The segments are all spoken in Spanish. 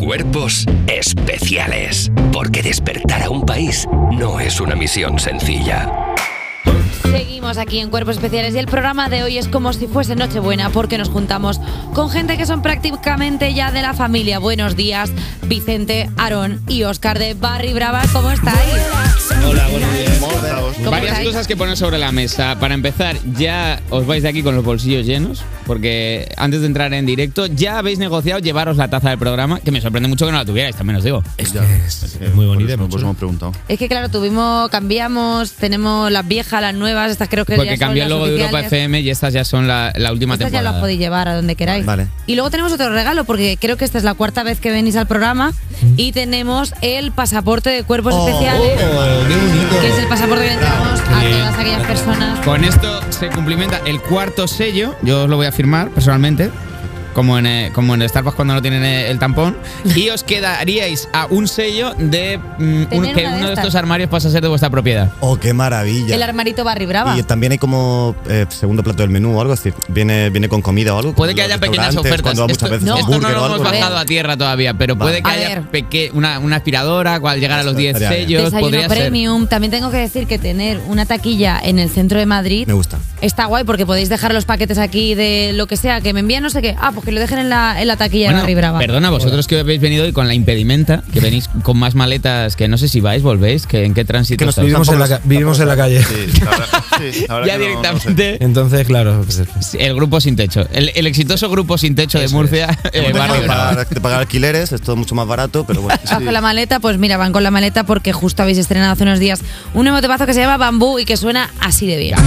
Cuerpos especiales. Porque despertar a un país no es una misión sencilla. Seguimos aquí en Cuerpos Especiales y el programa de hoy es como si fuese Nochebuena porque nos juntamos con gente que son prácticamente ya de la familia. Buenos días, Vicente, Aarón y Óscar de Barry Brava. ¿Cómo estáis? Hola, buenos días. Varias cosas que poner sobre la mesa. Para empezar, ya os vais de aquí con los bolsillos llenos, porque antes de entrar en directo ya habéis negociado llevaros la taza del programa, que me sorprende mucho que no la tuvierais, también os digo. Es muy bonita. Pues hemos preguntado. Es que claro, cambiamos, tenemos las viejas, las nuevas, estas creo que Porque ya son cambió el las logo de Europa oficiales. FM y estas ya son la última Estas ya temporada. las podéis llevar a donde queráis. Vale. Y luego tenemos otro regalo, porque creo que esta es la cuarta vez que venís al programa y tenemos el pasaporte de Cuerpos Especiales, qué bonito. que es el pasaporte que entregamos a todas aquellas personas. Con esto se cumplimenta el cuarto sello, yo os lo voy a firmar personalmente, como en Starbucks cuando no tienen el tampón, y os quedaríais a un sello de que una de uno de estas. estos armarios pasa a ser de vuestra propiedad. Oh, qué maravilla. El armarito Barry Brava. Y también hay como segundo plato del menú o algo, es decir, viene con comida o algo. Puede como que en los haya pequeñas restaurantes, ofertas. Cuando va muchas veces no, un Esto no burger lo o hemos algo. bajado a tierra todavía, pero puede que A haya ver. una aspiradora al llegar a los 10 Estaría bien. sellos. Desayuno Podría premium. También tengo que decir que tener una taquilla en el centro de Madrid Me gusta. está guay porque podéis dejar los paquetes aquí de lo que sea, que me envíen no sé qué. Pues que lo dejen en la taquilla de Barry Brava. Perdona, vosotros que habéis venido hoy con la impedimenta, que venís con más maletas, que no sé si vais, volvéis, que en qué tránsito Que nos estáis. vivimos en la calle. Sí, la verdad Ya que no sé. directamente. Entonces, claro. Pues, El grupo sin techo. El exitoso grupo sin techo de Murcia. Barry Brava. De pagar alquileres, es todo mucho más barato, pero bueno. Vas con la maleta, pues mira, van con la maleta porque justo habéis estrenado hace unos días un nuevo temazo que se llama Bambú y que suena así de bien.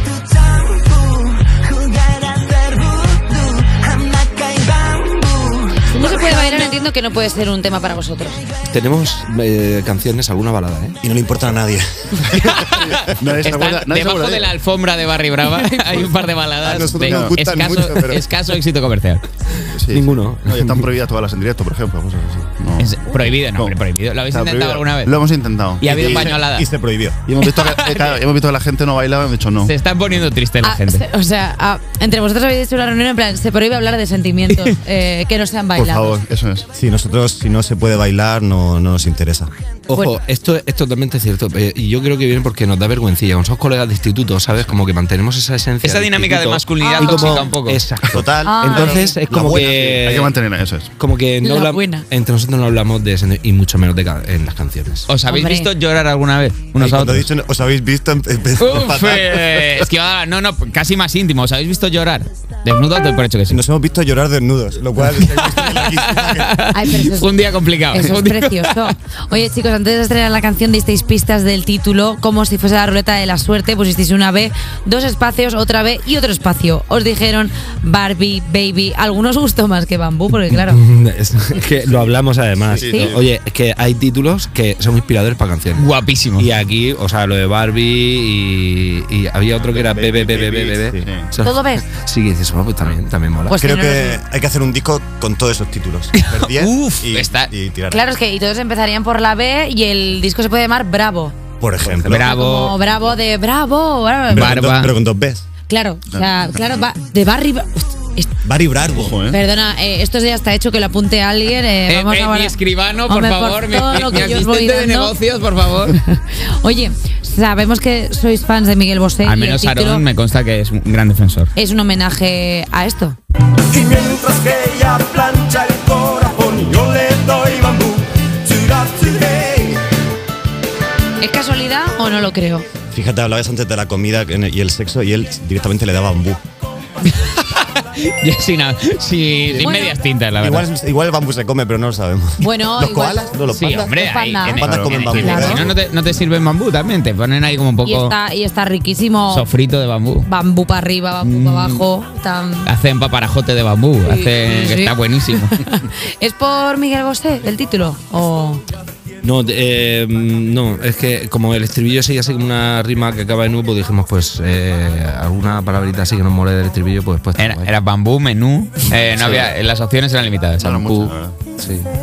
No se puede bailar, entiendo que no puede ser un tema para vosotros. tenemos canciones, alguna balada, ¿eh? Y no le importa a nadie. Nadie se Están acuerda, nadie se debajo acuerda de la alfombra de Barry Brava hay un par de baladas A nosotros de nos gustan mucho, pero- escaso éxito comercial. Sí, Ninguno. No, ya están prohibidas todas las en directo, por ejemplo. Cosas así. No. Es prohibido, no, hombre, prohibido. ¿Lo habéis Está intentado prohibido. alguna vez? Lo hemos intentado. Y ha habido Y- pañoladas. Y se prohibió. Y hemos visto que la gente no bailaba y hemos dicho no. Se están poniendo triste la gente. Entre vosotros habéis hecho una reunión en plan, se prohíbe hablar de sentimientos que no sean Por bailados. favor, eso es. Sí, nosotros, si no se puede bailar, no nos interesa. Ojo, Bueno. esto es totalmente cierto. Y yo creo que viene porque nos da vergüencilla. Con esos colegas de instituto, ¿sabes? Como que mantenemos esa esencia. Esa del dinámica de instituto. masculinidad Y como- tóxica un poco. Exacto. Total. Entonces es La como buena, que. Hay que mantener eso. Es. Como que no La hablamos. buena. Entre nosotros no hablamos de ese y mucho menos en las canciones. ¿Os habéis Hombre. visto llorar alguna vez? Unos a Cuando he otros. dicho, os habéis visto Uf, es que no, casi más íntimo. ¿Os habéis visto llorar? Desnudo, doy por hecho que sí. Nos hemos visto llorar desnudos, lo cual Ay, pero eso es- Fue un día complicado. Eso es precioso. Oye, chicos, antes de estrenar la canción disteis pistas del título, como si fuese la ruleta de la suerte, pusisteis una B, 2 espacios, otra B y otro espacio. Os dijeron Barbie, Baby. Algunos gustó más que Bambú, porque claro. Es que lo hablamos además. Sí, sí. Oye, es que hay títulos que son inspiradores para canciones. Guapísimo. Y aquí, o sea, lo de Barbie y había otro que era Bebé. Sí. Eso- ¿Todo ves? Sí, que dices, pues también mola. Pues Creo no que nos- hay que hacer un disco con todos esos títulos. Ver 10 Uf, y, está- y tirar. Claro, es que y todos empezarían por la B y el disco se puede llamar Bravo. Por ejemplo. Bravo. Como Bravo de Bravo. Pero, Barba. pero con dos Bs. Claro, o sea, claro, de Barry. Barry Bravo. Ojo, ¿eh? Perdona, esto ya está hecho, que lo apunte alguien. Vamos Mi ahora- escribano, por Hombre, favor. Mi todo lo que yo os voy asistente de dando. negocios, por favor. Oye, sabemos que sois fans de Miguel Bosé. Al y el menos título Aarón me consta que es un gran defensor. es un homenaje a esto. Y mientras que ella plancha el corazón, yo le doy bambú. ¿Es casualidad o no lo creo? Fíjate, hablabas antes de la comida y el sexo y él directamente le daba bambú. Yo sin Bueno. medias tintas, la verdad. Igual el bambú se come, pero no lo sabemos. Bueno, ¿Los igual. koalas? ¿No los Sí, pandas? hombre, Los ahí pandas. tiene- Pandas comen bambú. Claro. Si no te sirven bambú también, te ponen ahí como un Y poco está riquísimo. sofrito de bambú. Bambú para arriba, bambú para abajo. Hacen paparajote de bambú, Sí, hacen sí, que sí. está buenísimo. ¿Es por Miguel Bosé el título? ¿O No, no, es que como el estribillo sigue así como una rima que acaba de nuevo, dijimos pues alguna palabrita así que nos mole del estribillo, pues Era bambú, menú, no había, las opciones eran limitadas. Bueno, champú. mucho, la verdad. Sí.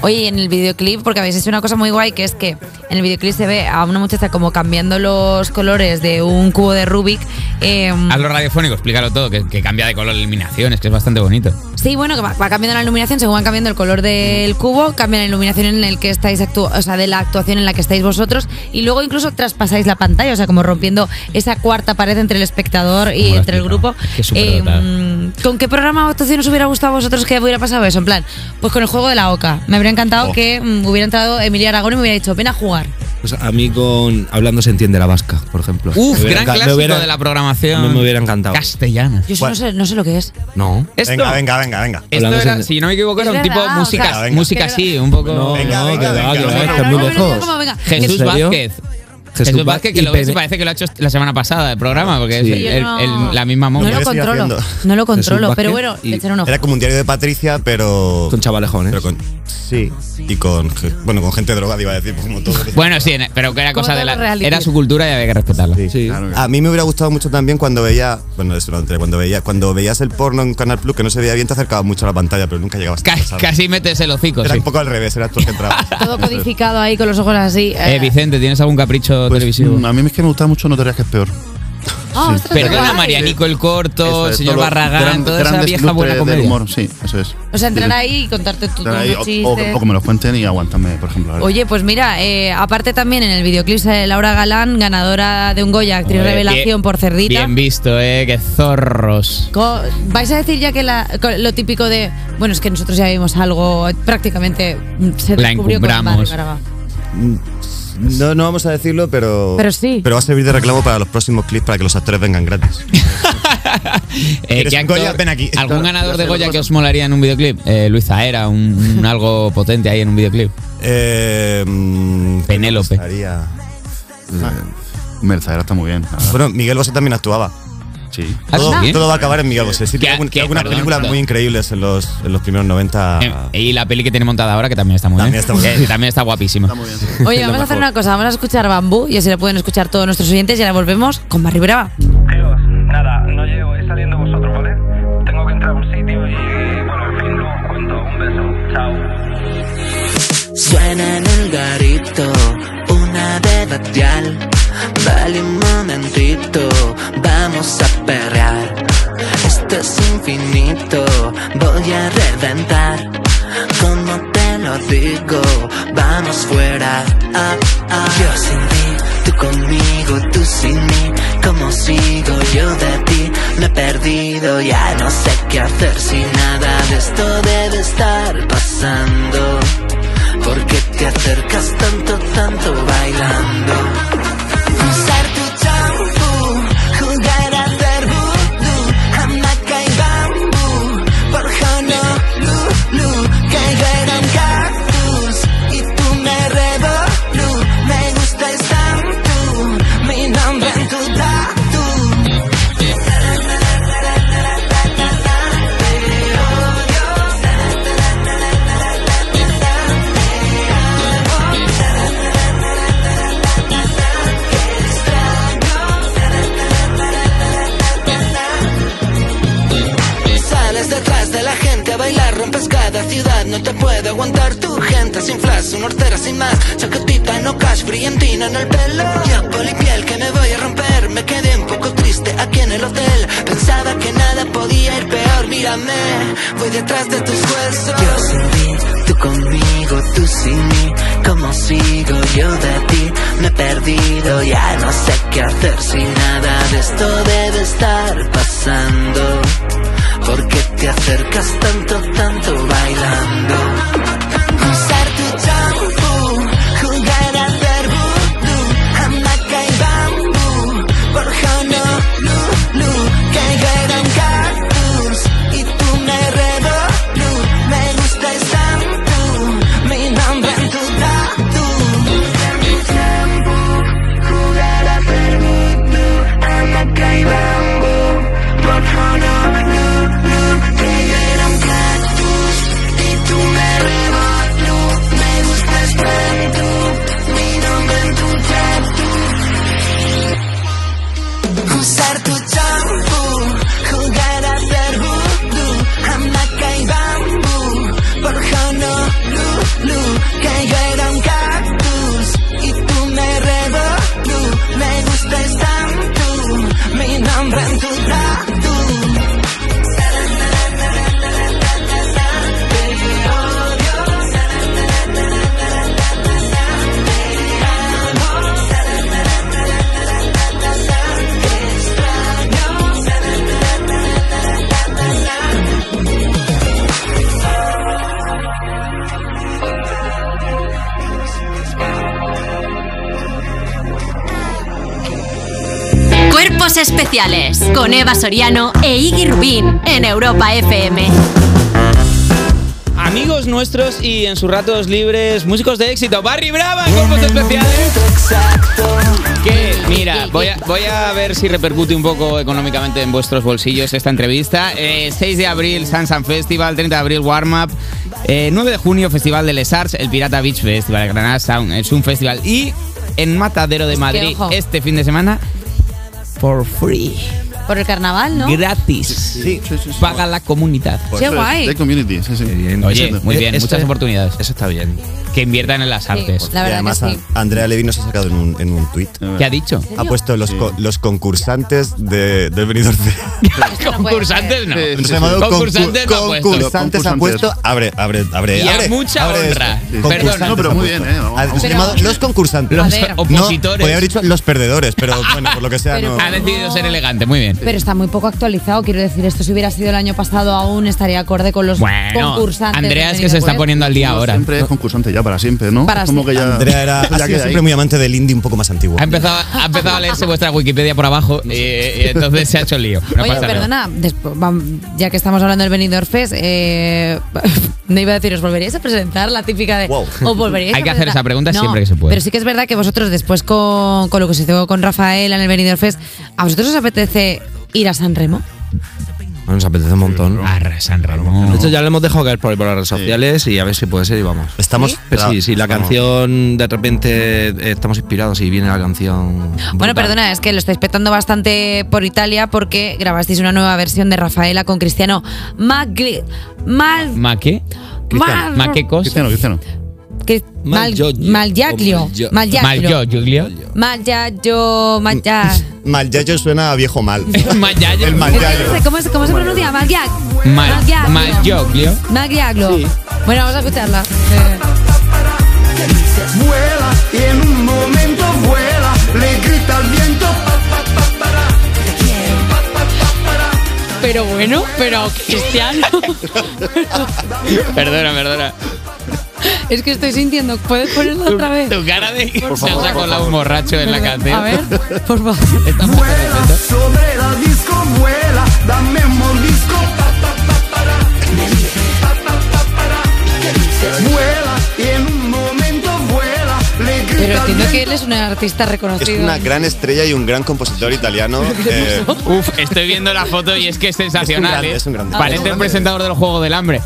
Oye, y en el videoclip, porque habéis hecho una cosa muy guay, que es que en el videoclip se ve a una muchacha como cambiando los colores de un cubo de Rubik. Hazlo radiofónico, explícalo todo, que cambia de color la iluminación, es que es bastante bonito. Sí, bueno, que va cambiando la iluminación, según van cambiando el color del cubo, cambia la iluminación en el que estáis de la actuación en la que estáis vosotros, y luego incluso traspasáis la pantalla, o sea, como rompiendo esa cuarta pared entre el espectador y entre el grupo. ¿Con qué programa de actuación os hubiera gustado a vosotros que hubiera pasado eso? En plan, pues con el juego de la Oca. Me habría encantado que hubiera entrado Emilia Aragón y me hubiera dicho, ven a jugar. Pues a mí con Hablando se entiende la vasca, por ejemplo. Gran clásico de la programación. Me hubiera encantado. Castellana. Yo no sé lo que es. No. Esto, Venga. Esto era, si no me equivoco, era un tipo de música así, un poco. No, Venga. está muy lejos. Jesús Vázquez. Jesús Vázquez, que parece que lo ha hecho la semana pasada el programa, porque Sí. es la misma No monja. lo controlo, Jesús pero Vázquez bueno, y- le echaré un ojo. Era como un diario de Patricia, pero. Con chavalejones. Pero sí, y con gente drogada, iba a decir, pues, como todo. Bueno, sí, pero que era Como cosa de todos la. los reality. Era su cultura y había que respetarla. Sí. Claro que- A mí me hubiera gustado mucho también cuando veía, bueno, eso lo entré, cuando veías el porno en Canal Plus, que no se veía bien, te acercabas mucho a la pantalla, pero nunca llegabas a pasar. Casi metes el hocico, Era sí. un poco al revés, eras tú el que entraba. Todo codificado ahí con los ojos así. Vicente, ¿tienes algún capricho Pues, televisivo? a mí es que me gusta mucho No te rías que es peor. ostras, Pero qué era guay. Marianico el Corto, Eso el es, señor todo- Barragán, toda esa grandes vieja buena lustres comedia. del humor, sí, eso es. O sea, entrar Sí. ahí y contarte tus Entrar ahí, chistes. o que me los cuenten y aguántame, por ejemplo. Oye, pues mira, aparte también en el videoclip sale Laura Galán, ganadora de un Goya, actriz Joder, revelación bien- por Cerdita. Bien visto, qué zorros. ¿Vais a decir ya que lo típico de, bueno, es que nosotros ya vimos algo, prácticamente se La descubrió con encumbramos. Barry Baraba? No vamos a decirlo, pero. Pero sí. Pero va a servir de reclamo para los próximos clips para que los actores vengan gratis. ¿Quieres ¿Qué un Goya? actor- Ven aquí. ¿Algún ganador de hacer Goya cosas. que os molaría en un videoclip? Luis Zaera, un algo potente ahí en un videoclip. Penélope. Merzaera está muy bien. la verdad. Bueno, Miguel Bosé también actuaba. Sí. ¿Ah, sí? Todo va a acabar en Miguel Bosé. Sí, ¿Qué- tiene qué- algunas perdón, películas perdón. muy increíbles en los primeros 90. Y la peli que tiene montada ahora, que también está muy También bien. está muy bien. Que también está guapísima. Está muy bien. Oye, Lo vamos a hacer mejor. una cosa, vamos a escuchar Bambú y así lo pueden escuchar todos nuestros oyentes y ahora volvemos con Barry Brava. Tíos, nada, no llego, vais saliendo vosotros, ¿vale? Tengo que entrar a un sitio y, bueno, en fin, luego os cuento. Un beso, chao. Suena en el garito una de batial. Dale un momentito, vamos a perrear. Esto es infinito, voy a reventar. Como te lo digo, vamos fuera. Yo sin ti, tú conmigo, tú sin mí. ¿Cómo sigo yo de ti? Me he perdido, ya no sé qué hacer si nada de esto debe estar pasando. ¿Por qué te acercas tanto bailando? Usar tu champú, jugar a hacer vudú, hamaca y bambú, por Honolulu, que yo era un cactus y tú me revolú, me gustas tanto, mi nombre en tu tatu. Sales detrás de la gente a bailar, rompes cada ciudad, no te puede aguantar tu gente sin flash, una hortera sin más, chaquetita no cash, brillantina en el pelo. Yo polipiel que me voy a romper, me quedé un poco triste aquí en el hotel, pensaba que nada podía ir peor, mírame, voy detrás de tus huesos. Yo sin ti, tú conmigo, tú sin mí, ¿cómo sigo yo de ti? Me he perdido, ya no sé qué hacer si nada de esto debe estar pasando. ¿Por qué te acercas tanto bailando? Usar tu champú, jugar a hacer vudú, hamaca y bambú, por Honolulu, que yo era un cactus y tú me revolú, me gustas tanto, mi nombre en tu tatu. Usar mi champú, jugar a hacer vudú, hamaca y bambú, por Honolulu. Que yo era un cactus Cuerpos Especiales con Eva Soriano e Iggy Rubín en Europa FM. Amigos nuestros y en sus ratos libres, músicos de éxito. Barry Brava en Cuerpos Especiales. Que, mira, voy a ver si repercute un poco económicamente en vuestros bolsillos esta entrevista. 6 de abril, Sansan Festival. 30 de abril, Warm Up. 9 de junio, Festival de Les Arts. El Pirata Beach Festival de Granada Sound. El Zoom Festival. Y en Matadero de Madrid, este fin de semana, for free. Por el carnaval, ¿no? Gratis. Sí. Paga la comunidad. Qué guay. De community, sí. Oye, muy bien, muchas oportunidades. Eso está bien. Que inviertan en las artes. La Y verdad además que sí. Andrea Levy nos ha sacado en un tuit. ¿Qué ha dicho? Ha puesto los concursantes del Benidorm Fest. Concursantes no. Nos ha llamado Concursantes no ha puesto. concursantes ha puesto. Abre. Y a mucha honra. Perdona. No, pero muy bien, Nos ha llamado los concursantes. Los ver. opositores. Podría haber dicho los perdedores, pero bueno, por lo que sea, no. Ha decidido ser elegante, muy bien. Pero está muy poco actualizado, quiero decir, esto si hubiera sido el año pasado aún estaría acorde con los concursantes. Andrea es del que se está Benidorm. poniendo al día ahora. Siempre es concursante ya para siempre, ¿no? Para como que ya. Andrea ha ya sido queda siempre ahí. muy amante del indie un poco más antiguo. Ha empezado a leerse vuestra Wikipedia por abajo y entonces se ha hecho lío. No Oye, pasa nada. perdona, ya que estamos hablando del Benidorm Fest, no iba a decir, ¿os volveríais a presentar? La típica de... Wow. ¿os volveríais Hay a que hacer presentar? esa pregunta No, siempre que se puede. Pero sí que es verdad que vosotros después con lo que se hizo con Rafael en el Benidorm Fest, ¿a vosotros os apetece ir a San Remo? Bueno, nos apetece un montón. San Ramón. De hecho, ya le hemos dejado caer por ahí por las redes sociales y a ver si puede ser y vamos. Estamos. Pero sí, la estamos- canción, de repente estamos inspirados y viene la canción. Bueno, brutal. perdona, es que lo estáis petando bastante por Italia porque grabasteis una nueva versión de Rafaela con Cristiano ¿Ma qué? Mal- ¿Ma qué cosa? Cristiano. Malyaglio. Malyayo suena a viejo mal. Malyayo. El Malyayo. ¿Cómo se pronuncia? Malyaglio. Malyaglio. Bueno, vamos a escucharla. Vuela y en un momento vuela, le grita al viento. Pero bueno, pero Cristiano. Perdona. Es que estoy sintiendo. ¿Puedes ponerla otra vez? Tu cara de que se os ha colado un borracho en la canción. A ver, por favor. Vuela sobre la disco, vuela, dame un mordisco. Vuela y en un momento vuela, le grita Pero al entiendo que viento. él es un artista reconocido. Es una gran estrella y un gran compositor italiano. Uf, estoy viendo la foto y es que es sensacional. Es un grande. Parece el presentador del Juego del Hambre.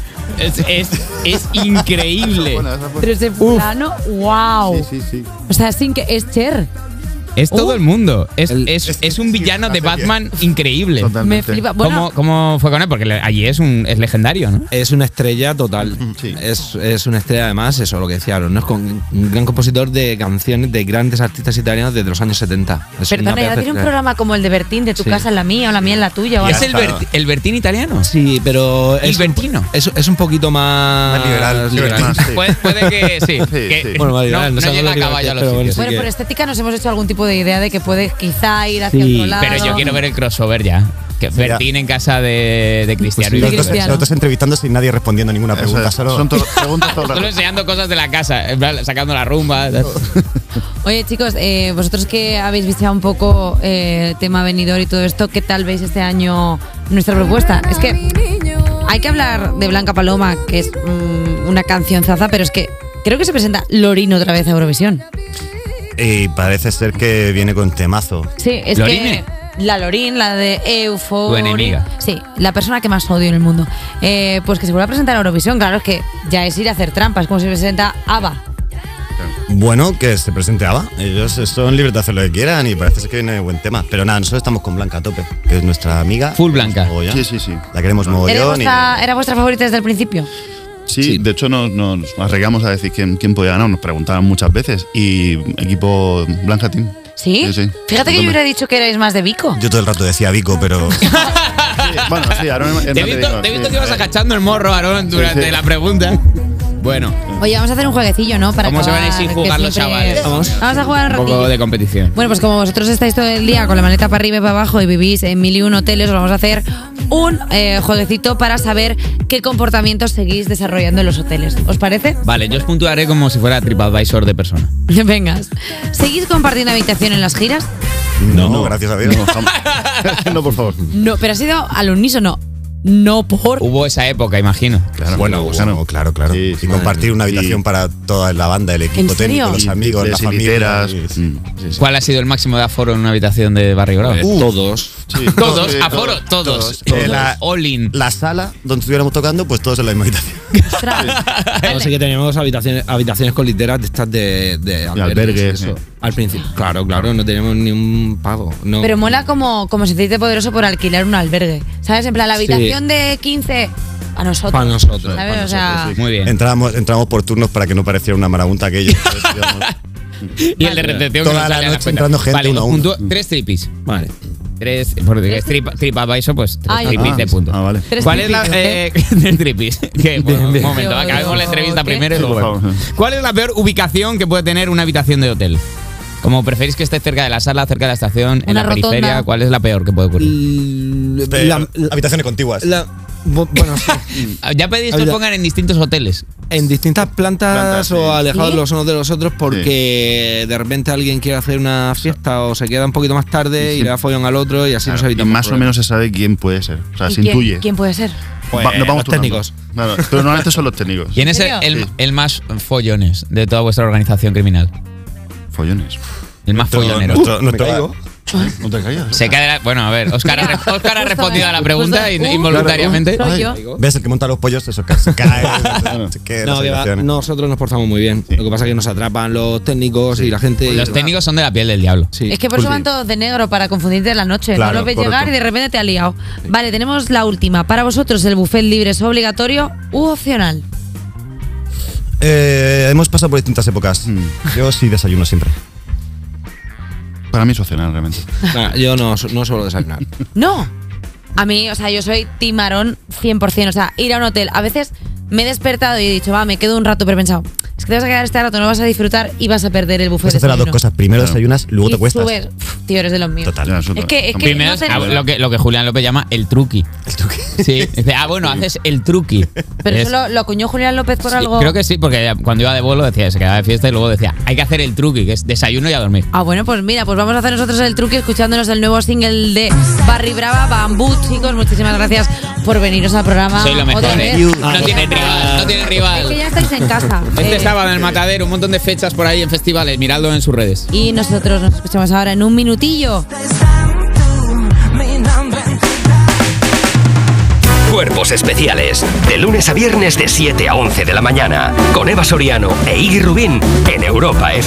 Es increíble. Pero ese fulano, wow. Sí. O sea, sin que es Cher. Es todo el mundo. Es un villano de Batman increíble. Me Totalmente. flipa. Bueno, ¿Cómo fue con él? Porque allí es legendario, ¿no? Es una estrella total. Sí. Es una estrella, además, eso, lo que decía Aaron, ¿no? Es un gran compositor de canciones de grandes artistas italianos desde los años 70. Es perdona, una ya pedazo tiene un de- programa como el de Bertín, de tu Sí. casa en la mía o la mía en la tuya. O ¿Es algo. el Bertín italiano? Sí, pero ¿El Bertino? Es un poquito más, Más liberal. Más, sí. Puede que sí. que sí. Bueno, vale, no no sabemos llega a lo que caballo a los pero bueno, sitios. sí Bueno, que- por estética nos hemos hecho algún tipo de idea de que puede quizá ir hacia Sí, otro lado. Pero yo quiero ver el crossover ya. Que Bertín en casa de Cristiano. De y Nosotros, Cristiano. nosotros entrevistándose y nadie respondiendo a ninguna Eso pregunta. es. Solo Son preguntas todo el Solo rato. enseñando cosas de la casa, en plan, sacando la rumba. Oye, chicos, vosotros que habéis visto un poco tema venidor y todo esto, ¿qué tal veis este año nuestra propuesta? Es que hay que hablar de Blanca Paloma, que es una cancionzaza, pero es que creo que se presenta Lorín otra vez a Eurovisión. y parece ser que viene con temazo. Sí, es ¿Lorine? que la Lorín, la de Euforia. Tu enemiga. Sí, la persona que más odio en el mundo. Pues que se vuelve a presentar a Eurovisión, claro, es que ya es ir a hacer trampas, como si se presenta ABBA. Bueno, que se presente ABBA. Ellos son libres de hacer lo que quieran y parece ser que viene buen tema. Pero nada, nosotros estamos con Blanca a tope, que es nuestra amiga. Full Blanca. Mogollón. Sí. La queremos mogollón. ¿Era vuestra favorita desde el principio? Sí, de hecho nos arriesgamos a decir quién podía ganar, nos preguntaban muchas veces y equipo Blanca Team. ¿Sí? Sí. Fíjate que yo hubiera dicho que erais más de Vico. Yo todo el rato decía Vico, pero Bueno, sí, Aaron es Te más he de visto, Vico, te he visto sí. que ibas agachando el morro, Aarón, durante sí. la pregunta. Bueno, Oye, vamos a hacer un jueguecillo, ¿no? Para ¿Cómo se van a ir acabar, sin que jugar los siempre- chavales? Vamos a jugar un un poco ratillo. de competición. Bueno, pues como vosotros estáis todo el día con la maleta para arriba y para abajo y vivís en 1001 hoteles, os vamos a hacer un jueguecito para saber qué comportamientos seguís desarrollando en los hoteles. ¿Os parece? Vale, yo os puntuaré como si fuera TripAdvisor de persona. Vengas. ¿Seguís compartiendo habitación en las giras? No, gracias a Dios. No, por favor. No, pero ha sido al unísono. No por. Hubo esa época, imagino. Claro, bueno, claro. Sí, y compartir una habitación para toda la banda, el equipo ¿En serio? técnico, los amigos, De la familia. siliteras. ¿Cuál ha sido el máximo de aforo en una habitación de Barrio Bravo? Todos. Sí, Todos, sí, aforo, todos. All la sala donde estuviéramos tocando, pues todos en la misma habitación. Ostras. Claro, sí que teníamos habitaciones con literas de estas de albergues, eso. Al principio. Claro, no teníamos ni un pago. No. Pero mola como sentirte poderoso por alquilar un albergue. ¿Sabes? En plan, la habitación de 15 a nosotros. Para nosotros. ¿Sabes? O sea, Muy bien. Entramos por turnos para que no pareciera una marabunta aquello. Y el de recepción Toda que la nos sale a noche cuenta. entrando gente Vale, uno a uno. 3 tripis. Vale. 3, porque TripAdvisor, pues 3 Ay, tripis de punto. vale. ¿Cuál es la 3 tripis? Que, bueno, un momento, Pero, acabemos la entrevista ¿qué? primero y luego. Por favor. vemos. ¿Cuál es la peor ubicación que puede tener una habitación de hotel? Como preferís que esté cerca de la sala, cerca de la estación, en Una la periferia, rotonda. ¿cuál es la peor que puede ocurrir? Habitaciones contiguas. Bueno, sí. Ya pedís que os pongan en distintos hoteles. En distintas plantas Sí. o alejados ¿Sí? los unos de los otros porque de repente alguien quiere hacer una fiesta o se queda un poquito más tarde y le da follón al otro y así nos Y evitamos más o menos se sabe quién puede ser. O sea, ¿y se intuye. quién puede ser? Pues, No vamos los turnando. técnicos. Claro, pero normalmente son los técnicos. ¿Quién es ¿En serio? el más follones de toda vuestra organización criminal? Follones. El más follonero. Nuestro- No te caigas. Se cae de la- Bueno, a ver, Óscar ha respondido a la pregunta involuntariamente. Soy yo. ¿Ves? El que monta los pollos, eso se cae. Se queda en No, las que va, habitaciones. nosotros nos portamos muy bien. Lo que pasa es que nos atrapan los técnicos y la gente. Los técnicos son de la piel del diablo. Sí. Es que por eso van todos de negro para confundirte en la noche. Claro, no lo ves correcto. llegar y de repente te ha liado. Vale, tenemos la última. Para vosotros, ¿el buffet libre es obligatorio u opcional? Hemos pasado por distintas épocas. Yo sí desayuno siempre. Para mí es opcional, realmente. Nah, yo no suelo desayunar. No. A mí, o sea, yo soy timarón 100%. O sea, ir a un hotel. A veces me he despertado y he dicho, va, me quedo un rato, pero he pensado, es que te vas a quedar este rato, no vas a disfrutar y vas a perder el buffet Puedes de hacer las dos desayuno. cosas. Primero Claro. desayunas, luego Y te cuestas. subes. Tío, eres de los míos. Total. Ya, súper. Es que Primero no tenemos- lo que Julián López llama el truqui. El truque. Sí, dice, bueno, haces el truqui. Pero Es- eso lo acuñó Julián López por sí, algo. creo que sí, porque cuando iba de vuelo decía, se quedaba de fiesta y luego decía, hay que hacer el truqui, que es desayuno y a dormir. Ah, bueno, pues mira, pues vamos a hacer nosotros el truque escuchándonos el nuevo single de Barry Brava, Bambú. Chicos, muchísimas gracias por veniros al programa. Soy lo mejor, otra ¿eh? vez. No tienen rival, no tienen Es que rival. ya estáis en casa. Este sábado en el Matadero, un montón de fechas por ahí en festivales, miradlo en sus redes. Y nosotros nos escuchamos ahora en un minutillo. Cuerpos especiales. De lunes a viernes de 7 a 11 de la mañana. Con Eva Soriano e Iggy Rubín en Europa FM.